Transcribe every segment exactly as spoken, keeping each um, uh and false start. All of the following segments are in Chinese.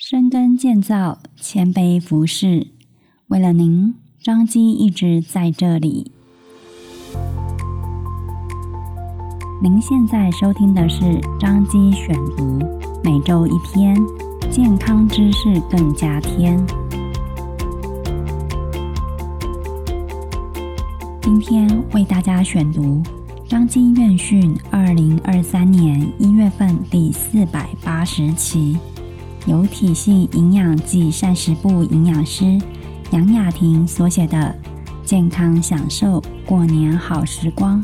深耕建造，谦卑服侍，为了您，张基一直在这里。您现在收听的是张基选读，每周一篇，健康知识更加添。今天为大家选读张基院讯二零二三年一月份第四百八十期，由体系营养暨膳食部营养师杨雅婷所写的《健康享受过年好时光》。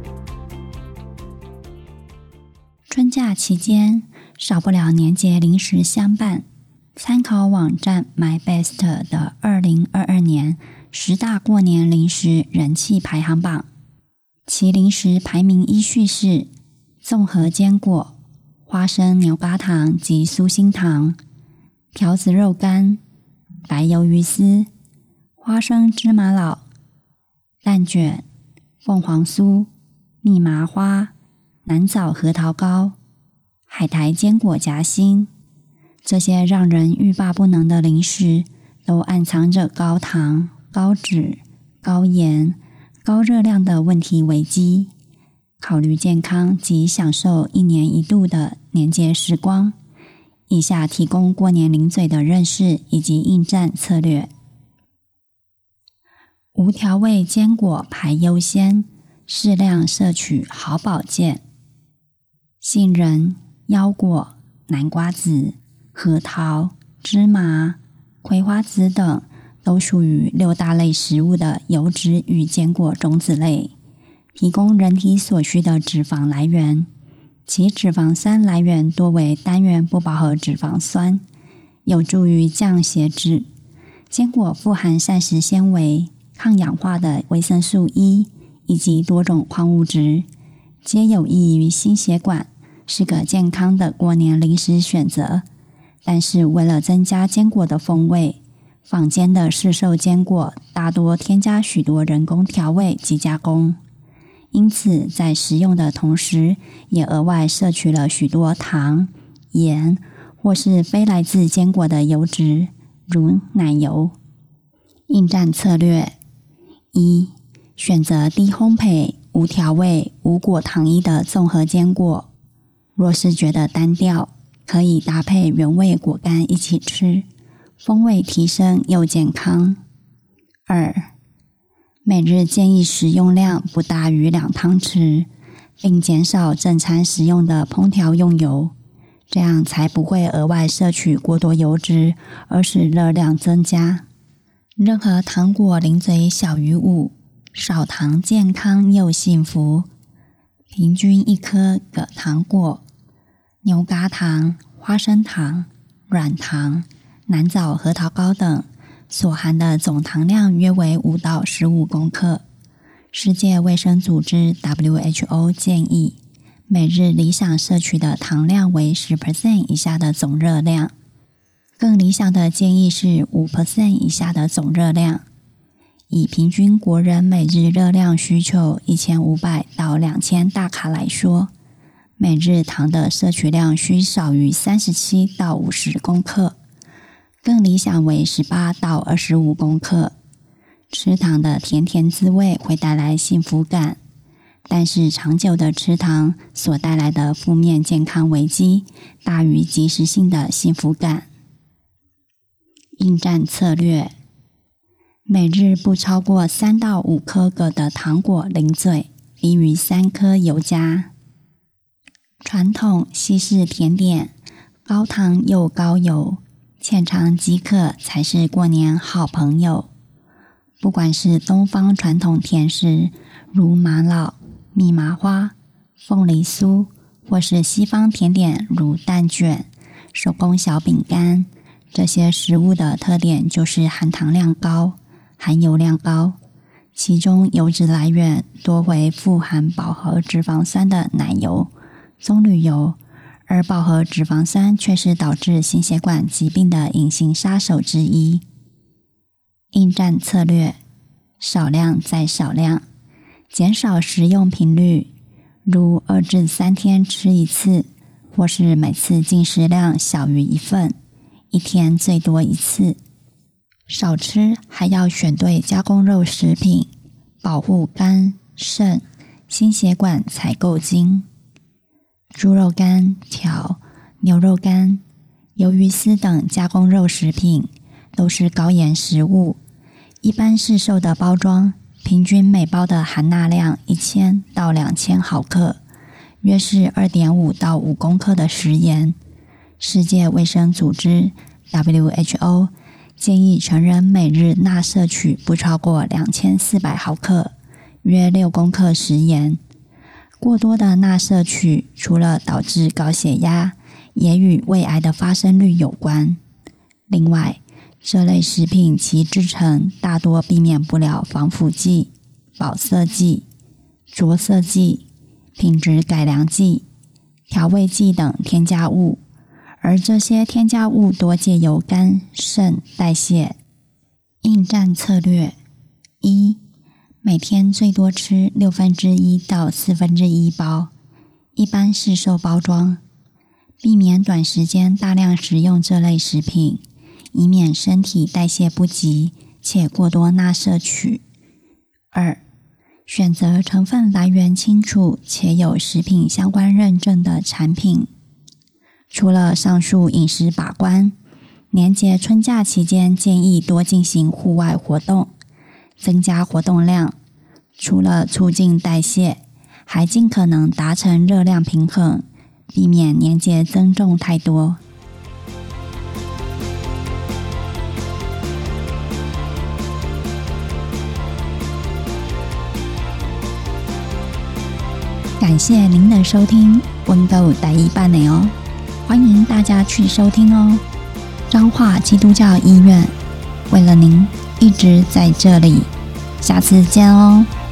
春假期间，少不了年节零食相伴。参考网站 MyBest 的二零二二年十大过年零食人气排行榜，其零食排名依序是综合坚果、花生牛轧糖及酥心糖、条子肉干、白鱿鱼丝、花生芝麻酪、蛋卷、凤凰酥、蜜麻花、南枣核桃糕、海苔坚果夹心。这些让人欲罢不能的零食，都暗藏着高糖、高脂、高盐、高热量的问题危机。考虑健康及享受一年一度的年节时光，以下提供过年零嘴的认识以及应战策略。无调味坚果排优先，适量摄取好保健。杏仁、腰果、南瓜子、核桃、芝麻、葵花籽等都属于六大类食物的油脂与坚果种子类，提供人体所需的脂肪来源。其脂肪酸来源多为单元不饱和脂肪酸，有助于降血脂。坚果富含膳食纤维、抗氧化的维生素 E 以及多种矿物质，皆有益于心血管，是个健康的过年零食选择。但是为了增加坚果的风味，坊间的市售坚果大多添加许多人工调味及加工，因此在食用的同时，也额外摄取了许多糖、盐或是非来自坚果的油脂，如奶油。应战策略：一、选择低烘焙、无调味、无果糖衣的综合坚果。若是觉得单调，可以搭配原味果干一起吃，风味提升又健康。二、每日建议食用量不大于两汤匙，并减少正餐食用的烹调用油，这样才不会额外摄取过多油脂，而使热量增加。任何糖果零嘴小于五，少糖健康又幸福。平均一颗葛糖果、牛轧糖、花生糖、软糖、南枣核桃糕等所含的总糖量约为五到十五公克。世界卫生组织 W H O 建议，每日理想摄取的糖量为 百分之十 以下的总热量，更理想的建议是 百分之五 以下的总热量。以平均国人每日热量需求一千五百到两千大卡来说，每日糖的摄取量需少于三十七到五十公克，更理想为十八到二十五公克。吃糖的甜甜滋味会带来幸福感，但是长久的吃糖所带来的负面健康危机大于即时性的幸福感。应战策略：每日不超过三到五颗个的糖果零嘴，低于三颗油加。传统西式甜点，高糖又高油，浅尝即可才是过年好朋友。不管是东方传统甜食，如玛瑙、蜜麻花、凤梨酥，或是西方甜点，如蛋卷、手工小饼干，这些食物的特点就是含糖量高、含油量高，其中油脂来源多为富含饱和脂肪酸的奶油、棕榈油，而饱和脂肪酸却是导致心血管疾病的隐形杀手之一。应战策略：少量再少量，减少食用频率，如二至三天吃一次，或是每次进食量小于一份， 一天最多一次。少吃还要选对加工肉食品，保护肝、肾、心血管才够精。猪肉干、条、牛肉干、鱿鱼丝等加工肉食品都是高盐食物，一般市售的包装平均每包的含钠量一千到两千毫克，约是 二点五到五公克的食盐。世界卫生组织 W H O 建议成人每日钠摄取不超过两千四百毫克，约六公克食盐。过多的钠摄取除了导致高血压，也与胃癌的发生率有关。另外，这类食品其制成大多避免不了防腐剂、保色剂、着色剂、品质改良剂、调味剂等添加物，而这些添加物多借由肝、肾代谢。应战策略：一、每天最多吃六分之一到四分之一包，一般市售包装，避免短时间大量食用这类食品，以免身体代谢不及且过多钠摄取。二、选择成分来源清楚且有食品相关认证的产品。除了上述饮食把关，年节春假期间建议多进行户外活动，增加活动量，除了促进代谢，还尽可能达成热量平衡，避免年节增重太多。感谢您的收听，温购台语版的哦，欢迎大家去收听哦。彰化基督教医院，为了您一直在这里，下次见哦。